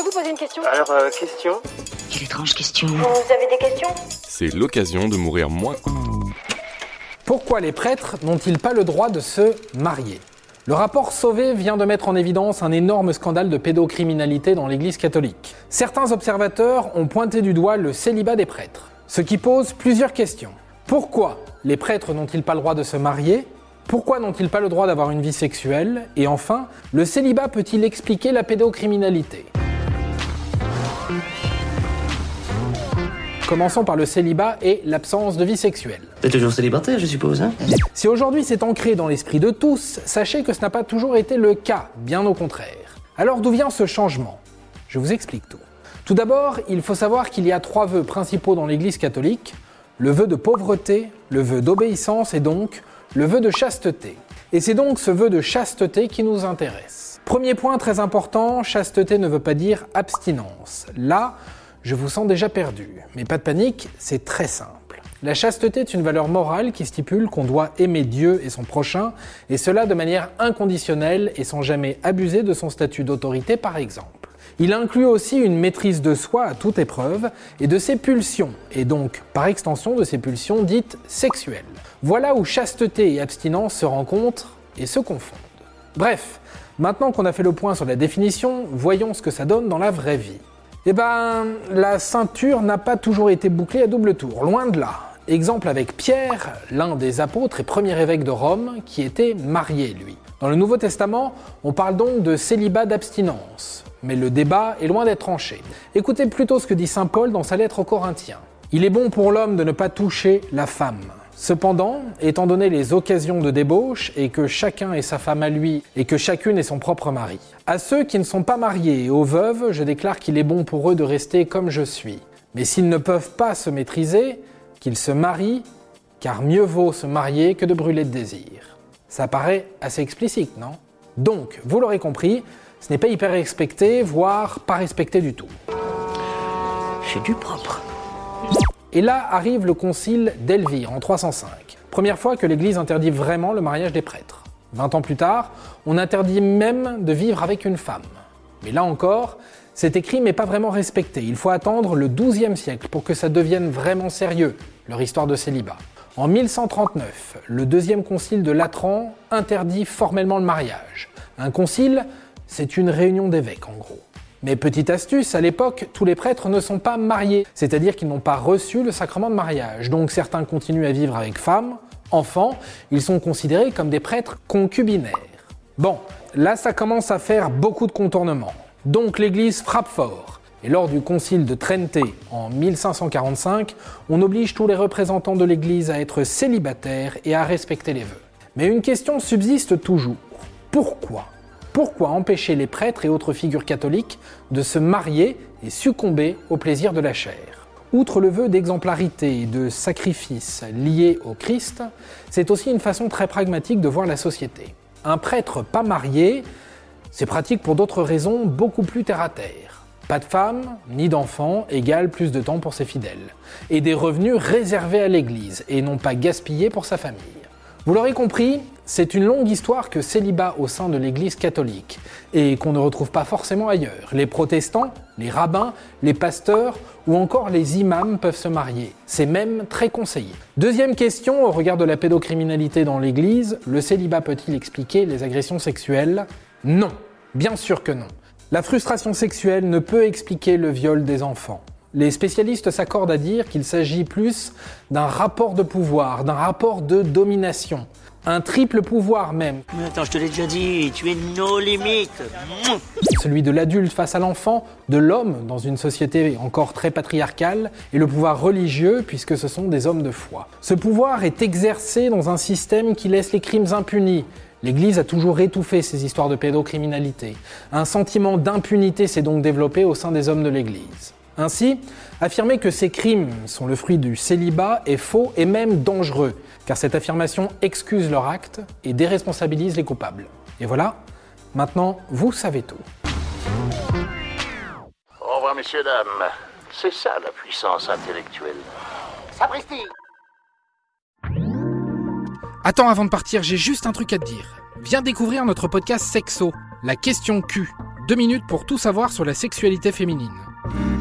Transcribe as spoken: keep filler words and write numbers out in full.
vous poser une question ? Alors, euh, question ? Quelle étrange question. Vous avez des questions ? C'est l'occasion de mourir moins. Pourquoi les prêtres n'ont-ils pas le droit de se marier ? Le rapport Sauvé vient de mettre en évidence un énorme scandale de pédocriminalité dans l'Église catholique. Certains observateurs ont pointé du doigt le célibat des prêtres, ce qui pose plusieurs questions. Pourquoi les prêtres n'ont-ils pas le droit de se marier ? Pourquoi n'ont-ils pas le droit d'avoir une vie sexuelle ? Et enfin, le célibat peut-il expliquer la pédocriminalité ? Commençons par le célibat et l'absence de vie sexuelle. T'es toujours célibataire, je suppose, hein ? Si aujourd'hui c'est ancré dans l'esprit de tous, sachez que ce n'a pas toujours été le cas, bien au contraire. Alors d'où vient ce changement ? Je vous explique tout. Tout d'abord, il faut savoir qu'il y a trois vœux principaux dans l'Église catholique, le vœu de pauvreté, le vœu d'obéissance et donc le vœu de chasteté. Et c'est donc ce vœu de chasteté qui nous intéresse. Premier point très important, chasteté ne veut pas dire abstinence. Là, je vous sens déjà perdu. Mais pas de panique, c'est très simple. La chasteté est une valeur morale qui stipule qu'on doit aimer Dieu et son prochain, et cela de manière inconditionnelle et sans jamais abuser de son statut d'autorité par exemple. Il inclut aussi une maîtrise de soi à toute épreuve et de ses pulsions, et donc par extension de ses pulsions dites sexuelles. Voilà où chasteté et abstinence se rencontrent et se confondent. Bref, maintenant qu'on a fait le point sur la définition, voyons ce que ça donne dans la vraie vie. Eh ben, la ceinture n'a pas toujours été bouclée à double tour, loin de là. Exemple avec Pierre, l'un des apôtres et premier évêque de Rome, qui était marié, lui. Dans le Nouveau Testament, on parle donc de célibat d'abstinence. Mais le débat est loin d'être tranché. Écoutez plutôt ce que dit saint Paul dans sa lettre aux Corinthiens. « Il est bon pour l'homme de ne pas toucher la femme. Cependant, étant donné les occasions de débauche, et que chacun ait sa femme à lui, et que chacune ait son propre mari. À ceux qui ne sont pas mariés et aux veuves, je déclare qu'il est bon pour eux de rester comme je suis. Mais s'ils ne peuvent pas se maîtriser, qu'ils se marient, car mieux vaut se marier que de brûler de désir. » Ça paraît assez explicite, non ? Donc, vous l'aurez compris, ce n'est pas hyper respecté, voire pas respecté du tout. C'est du propre. Et là arrive le concile d'Elvire en trois cent cinq. Première fois que l'Église interdit vraiment le mariage des prêtres. Vingt ans plus tard, on interdit même de vivre avec une femme. Mais là encore, cet écrit n'est pas vraiment respecté. Il faut attendre le douzième siècle pour que ça devienne vraiment sérieux, leur histoire de célibat. En mille cent trente-neuf, le deuxième concile de Latran interdit formellement le mariage. Un concile, c'est une réunion d'évêques en gros. Mais petite astuce, à l'époque, tous les prêtres ne sont pas mariés, c'est-à-dire qu'ils n'ont pas reçu le sacrement de mariage. Donc certains continuent à vivre avec femmes, enfants, ils sont considérés comme des prêtres concubinaires. Bon, là ça commence à faire beaucoup de contournements. Donc l'Église frappe fort. Et lors du concile de Trente en mille cinq cent quarante-cinq, on oblige tous les représentants de l'Église à être célibataires et à respecter les vœux. Mais une question subsiste toujours. Pourquoi ? Pourquoi empêcher les prêtres et autres figures catholiques de se marier et succomber au plaisir de la chair ? Outre le vœu d'exemplarité et de sacrifice lié au Christ, c'est aussi une façon très pragmatique de voir la société. Un prêtre pas marié, c'est pratique pour d'autres raisons beaucoup plus terre-à-terre. Pas de femme, ni d'enfants, égale plus de temps pour ses fidèles. Et des revenus réservés à l'Église, et non pas gaspillés pour sa famille. Vous l'aurez compris, c'est une longue histoire que célibat au sein de l'Église catholique, et qu'on ne retrouve pas forcément ailleurs. Les protestants, les rabbins, les pasteurs ou encore les imams peuvent se marier. C'est même très conseillé. Deuxième question, au regard de la pédocriminalité dans l'Église, le célibat peut-il expliquer les agressions sexuelles ? Non, bien sûr que non. La frustration sexuelle ne peut expliquer le viol des enfants. Les spécialistes s'accordent à dire qu'il s'agit plus d'un rapport de pouvoir, d'un rapport de domination. Un triple pouvoir même. Mais attends, je te l'ai déjà dit, tu es nos limites. Celui de l'adulte face à l'enfant, de l'homme dans une société encore très patriarcale, et le pouvoir religieux puisque ce sont des hommes de foi. Ce pouvoir est exercé dans un système qui laisse les crimes impunis. L'Église a toujours étouffé ces histoires de pédocriminalité. Un sentiment d'impunité s'est donc développé au sein des hommes de l'Église. Ainsi, affirmer que ces crimes sont le fruit du célibat est faux et même dangereux, car cette affirmation excuse leur acte et déresponsabilise les coupables. Et voilà, maintenant vous savez tout. Au revoir messieurs, dames. C'est ça la puissance intellectuelle. Sapristi ! Attends, avant de partir, j'ai juste un truc à te dire. Viens découvrir notre podcast Sexo, la question Q. Deux minutes pour tout savoir sur la sexualité féminine.